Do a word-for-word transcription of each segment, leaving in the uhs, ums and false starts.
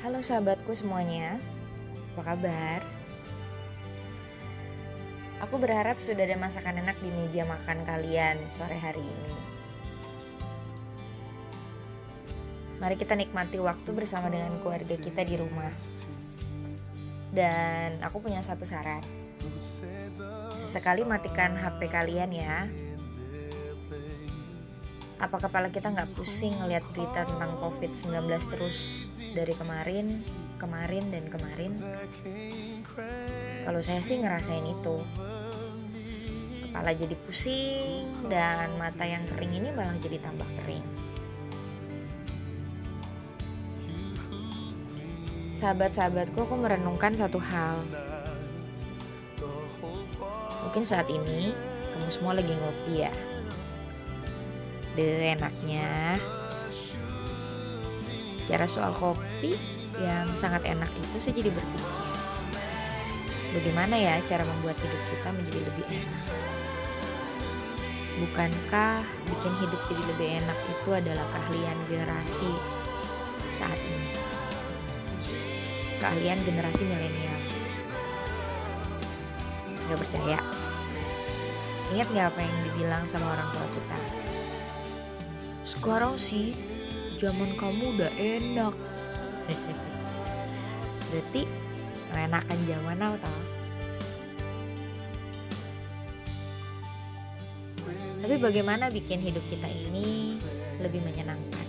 Halo sahabatku semuanya, apa kabar? Aku berharap sudah ada masakan enak di meja makan kalian sore hari ini. Mari kita nikmati waktu bersama dengan keluarga kita di rumah. Dan aku punya satu saran. Sesekali matikan H P kalian ya. Apa kepala kita gak pusing ngeliat berita tentang covid sembilan belas terus dari kemarin, kemarin, dan kemarin? Kalau saya sih ngerasain itu. Kepala jadi pusing dan mata yang kering ini malah jadi tambah kering. Sahabat-sahabatku, aku merenungkan satu hal. Mungkin saat ini kamu semua lagi ngopi ya. Deh, enaknya. Cara soal kopi yang sangat enak itu saya jadi berpikir, bagaimana ya cara membuat hidup kita menjadi lebih enak? Bukankah bikin hidup jadi lebih enak itu adalah keahlian generasi saat ini? Keahlian generasi milenial. Gak percaya? Ingat gak apa yang dibilang sama orang tua kita? Sekarang sih zaman kamu udah enak. Berarti enakan zaman now tau. Tapi bagaimana bikin hidup kita ini lebih menyenangkan?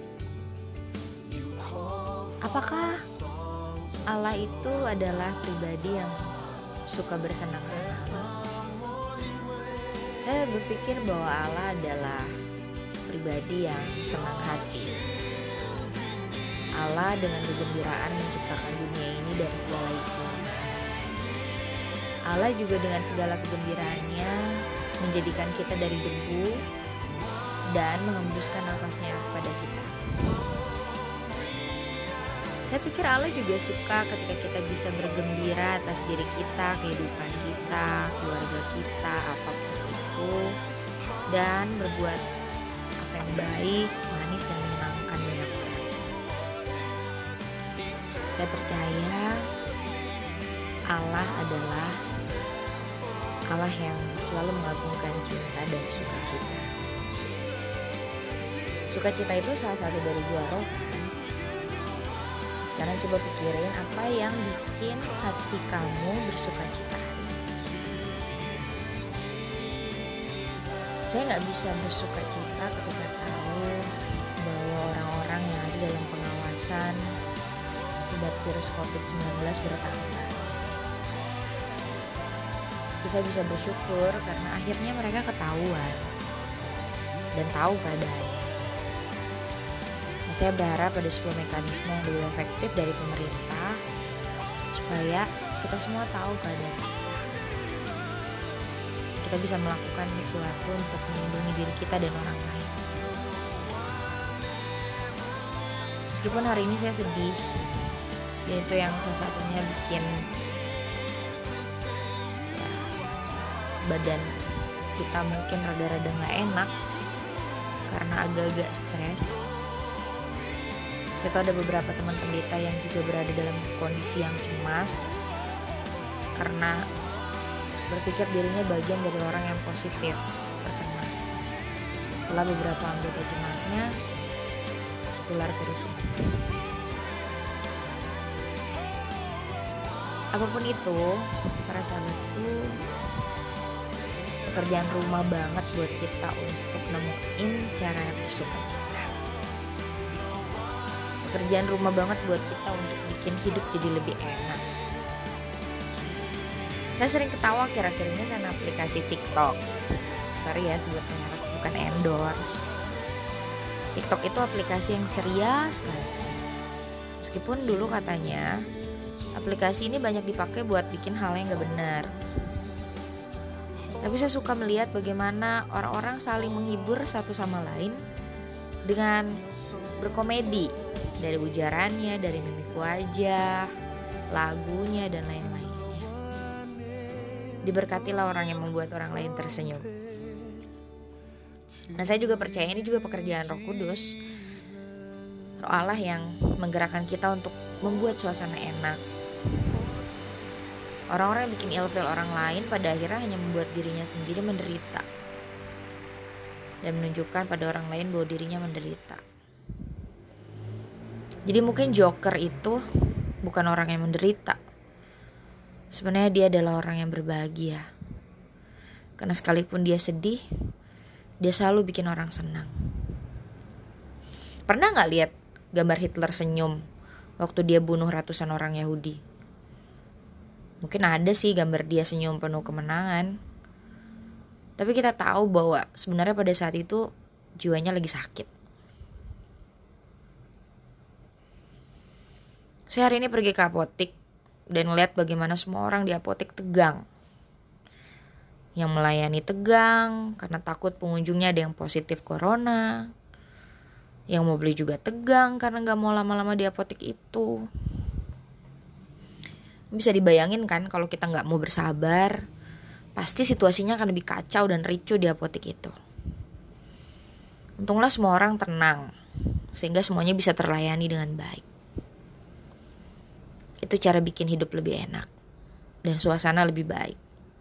Apakah Allah itu adalah pribadi yang suka bersenang-senang? Saya berpikir bahwa Allah adalah pribadi yang senang hati. Allah dengan kegembiraan menciptakan dunia ini dari segala isinya. Allah juga dengan segala kegembiraannya menjadikan kita dari debu dan mengembuskan nafasnya pada kita. Saya pikir Allah juga suka ketika kita bisa bergembira atas diri kita, kehidupan kita, keluarga kita, apapun itu, dan berbuat apa yang baik, manis, dan menyenangkan banyak orang. Saya percaya Allah adalah Allah yang selalu mengagungkan cinta dan sukacita. Sukacita itu salah satu dari dua roh kan? Sekarang coba pikirin apa yang bikin hati kamu bersukacita hari ini. Saya gak bisa bersukacita ketika tahu bahwa orang-orang yang ada dalam pengawasan akibat virus covid sembilan belas bertambah. Bisa bisa bersyukur karena akhirnya mereka ketahuan dan tahu keadaannya. Nah, saya berharap ada sebuah mekanisme yang lebih efektif dari pemerintah supaya kita semua tahu keadaan kita. Kita bisa melakukan sesuatu untuk melindungi diri kita dan orang lain. Meskipun hari ini saya sedih, dan itu yang salah satunya bikin ya, badan kita mungkin rada-rada gak enak karena agak-agak stres. Saya tahu ada beberapa teman pendeta yang juga berada dalam kondisi yang cemas karena berpikir dirinya bagian dari orang yang positif terkena setelah beberapa anggota jemaatnya tertular virus ini. Apapun itu, para sahabatku, pekerjaan rumah banget buat kita untuk nemuin cara bersukacita. Pekerjaan rumah banget buat kita untuk bikin hidup jadi lebih enak. Saya sering ketawa kira-kira ini karena aplikasi TikTok. Sorry ya sebut merek, bukan endorse. TikTok itu aplikasi yang ceria sekali. Meskipun dulu katanya aplikasi ini banyak dipakai buat bikin hal yang gak benar. Tapi saya suka melihat bagaimana orang-orang saling menghibur satu sama lain dengan berkomedi. Dari ujarannya, dari mimik wajah, lagunya, dan lain-lainnya. Diberkatilah orang yang membuat orang lain tersenyum. Nah, saya juga percaya ini juga pekerjaan Roh Kudus. Roh Allah yang menggerakkan kita untuk membuat suasana enak. Orang-orang yang bikin ilfil orang lain pada akhirnya hanya membuat dirinya sendiri menderita dan menunjukkan pada orang lain bahwa dirinya menderita. Jadi mungkin Joker itu bukan orang yang menderita. Sebenarnya dia adalah orang yang berbahagia. Karena sekalipun dia sedih, dia selalu bikin orang senang. Pernah gak lihat gambar Hitler senyum waktu dia bunuh ratusan orang Yahudi? Mungkin ada sih gambar dia senyum penuh kemenangan. Tapi kita tahu bahwa sebenarnya pada saat itu jiwanya lagi sakit. Saya hari ini pergi ke apotik dan lihat bagaimana semua orang di apotik tegang. Yang melayani tegang karena takut pengunjungnya ada yang positif corona. Yang mau beli juga tegang karena gak mau lama-lama di apotik itu. Bisa dibayangin kan kalau kita gak mau bersabar, pasti situasinya akan lebih kacau dan ricuh di apotik itu. Untunglah semua orang tenang, sehingga semuanya bisa terlayani dengan baik. Itu cara bikin hidup lebih enak dan suasana lebih baik.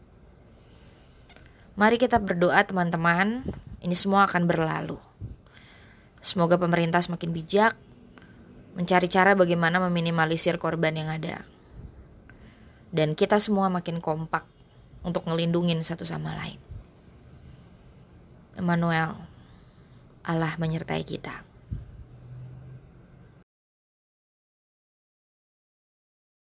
Mari kita berdoa teman-teman, ini semua akan berlalu. Semoga pemerintah semakin bijak, mencari cara bagaimana meminimalisir korban yang ada. Dan kita semua makin kompak untuk ngelindungin satu sama lain. Emmanuel, Allah menyertai kita.